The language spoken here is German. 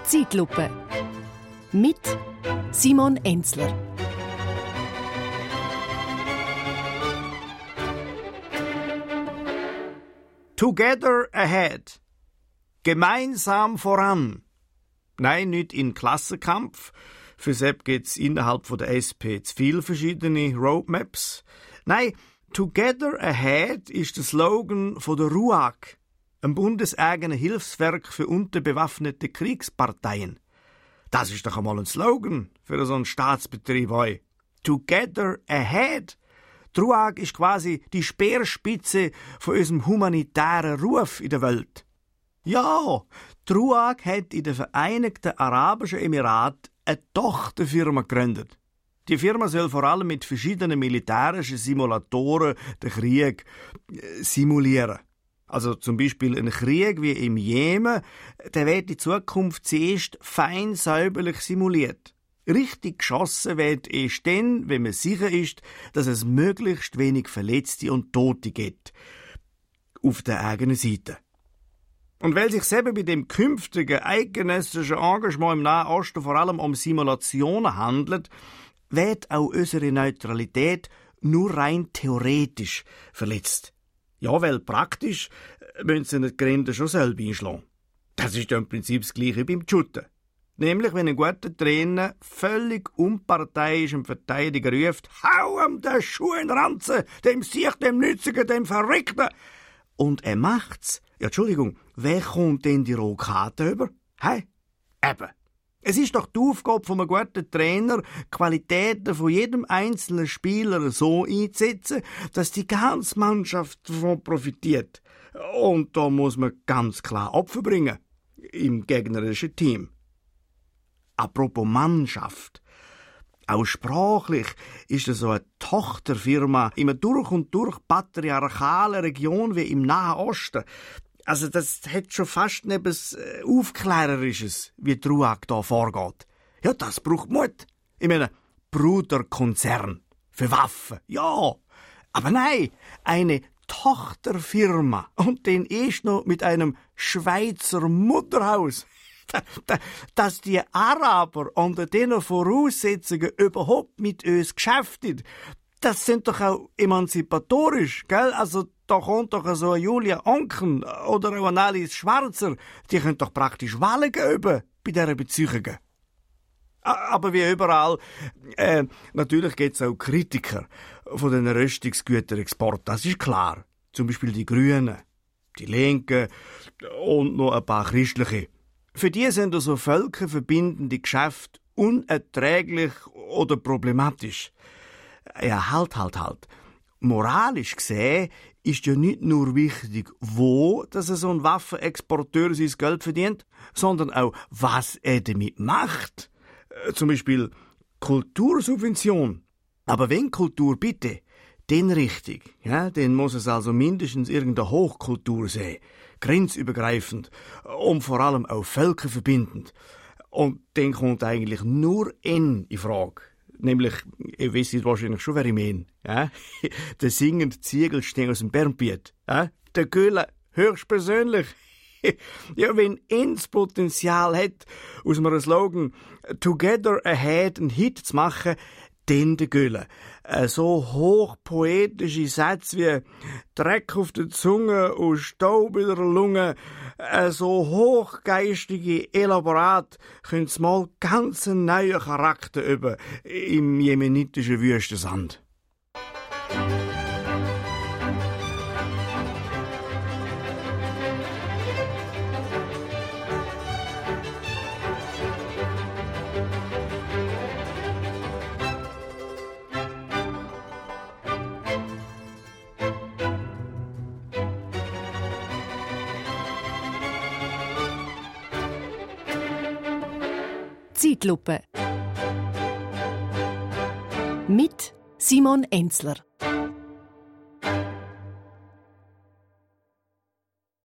Zeitlupe mit Simon Enzler. Together ahead. Gemeinsam voran. Nein, nicht in Klassenkampf. Für Sepp gibt's innerhalb der SP zu viele verschiedene Roadmaps. Nein, Together ahead ist der Slogan von der RUAG, einem bundeseigenen Hilfswerk für unterbewaffnete Kriegsparteien. Das ist doch einmal ein Slogan für so einen Staatsbetrieb. Heu. Together ahead. Die RUAG ist quasi die Speerspitze von unserem humanitären Ruf in der Welt. Ja, die RUAG hat in den Vereinigten Arabischen Emiraten eine Tochterfirma gegründet. Die Firma soll vor allem mit verschiedenen militärischen Simulatoren den Krieg simulieren. Also zum Beispiel ein Krieg wie im Jemen, der wird in Zukunft zuerst fein säuberlich simuliert. Richtig geschossen wird erst dann, wenn man sicher ist, dass es möglichst wenig Verletzte und Tote gibt. Auf der eigenen Seite. Und weil sich eben bei dem künftigen eidgenössischen Engagement im Nahen Osten vor allem um Simulationen handelt, wird auch unsere Neutralität nur rein theoretisch verletzt. Ja, weil praktisch müssen sie nicht die Grenzen schon selber einschlagen. Das ist ja im Prinzip das Gleiche beim Shooten. Nämlich, wenn ein guter Trainer völlig unparteiisch im Verteidiger ruft, «Hau ihm den Schuh in den Ranzen, dem Sieg, dem Nützigen, dem Verrückten!» Und er macht's. Ja, Entschuldigung, wer kommt denn die rote Karte über? Hey? Eben. Es ist doch die Aufgabe von einem guten Trainer, die Qualitäten von jedem einzelnen Spieler so einzusetzen, dass die ganze Mannschaft davon profitiert. Und da muss man ganz klar Opfer bringen. Im gegnerischen Team. Apropos Mannschaft. Auch sprachlich ist es so eine Tochterfirma in einer durch und durch patriarchalen Region wie im Nahen Osten. Also das hat schon fast etwas Aufklärerisches, wie die RUAG da vorgeht. Ja, das braucht Mut. Ich meine, Bruderkonzern für Waffen, ja. Aber nein, eine Tochterfirma und den erst noch mit einem Schweizer Mutterhaus. Dass die Araber unter diesen Voraussetzungen überhaupt mit uns geschäftet, das sind doch auch emanzipatorisch, gell? Also da kommt doch so eine Julia Onken oder auch eine Alice Schwarzer, die können doch praktisch Wahlen üben bei diesen Beziehungen. Aber wie überall, natürlich gibt es auch Kritiker von den Rüstungsgüterexport, das ist klar. Zum Beispiel die Grünen, die Linken und noch ein paar Christliche. Für die sind also völkerverbindende Geschäfte unerträglich oder problematisch. Ja, halt. Moralisch gesehen ist ja nicht nur wichtig, wo dass so ein Waffenexporteur sein Geld verdient, sondern auch, was er damit macht. Zum Beispiel Kultursubvention. Aber wenn Kultur bitte, dann richtig. Ja, dann muss es also mindestens irgendeine Hochkultur sein. Grenzübergreifend und vor allem auch völkerverbindend. Und dann kommt eigentlich nur in Frage. Nämlich, ihr wisst wahrscheinlich schon, wer ich meine. Ja? Der singende Ziegelstein aus dem Bernbiet. Ja? Der Göhle, höchstpersönlich. Ja, wenn ins Potenzial hat, aus einem Slogan «Together ahead» einen Hit zu machen, dann der Göhle. So hochpoetische Sätze wie «Dreck auf der Zunge und Staub in der Lunge», so hochgeistige Elaborat können mal ganz einen neuen Charakter über im jemenitischen Wüstensand. Zeitlupe mit Simon Enzler.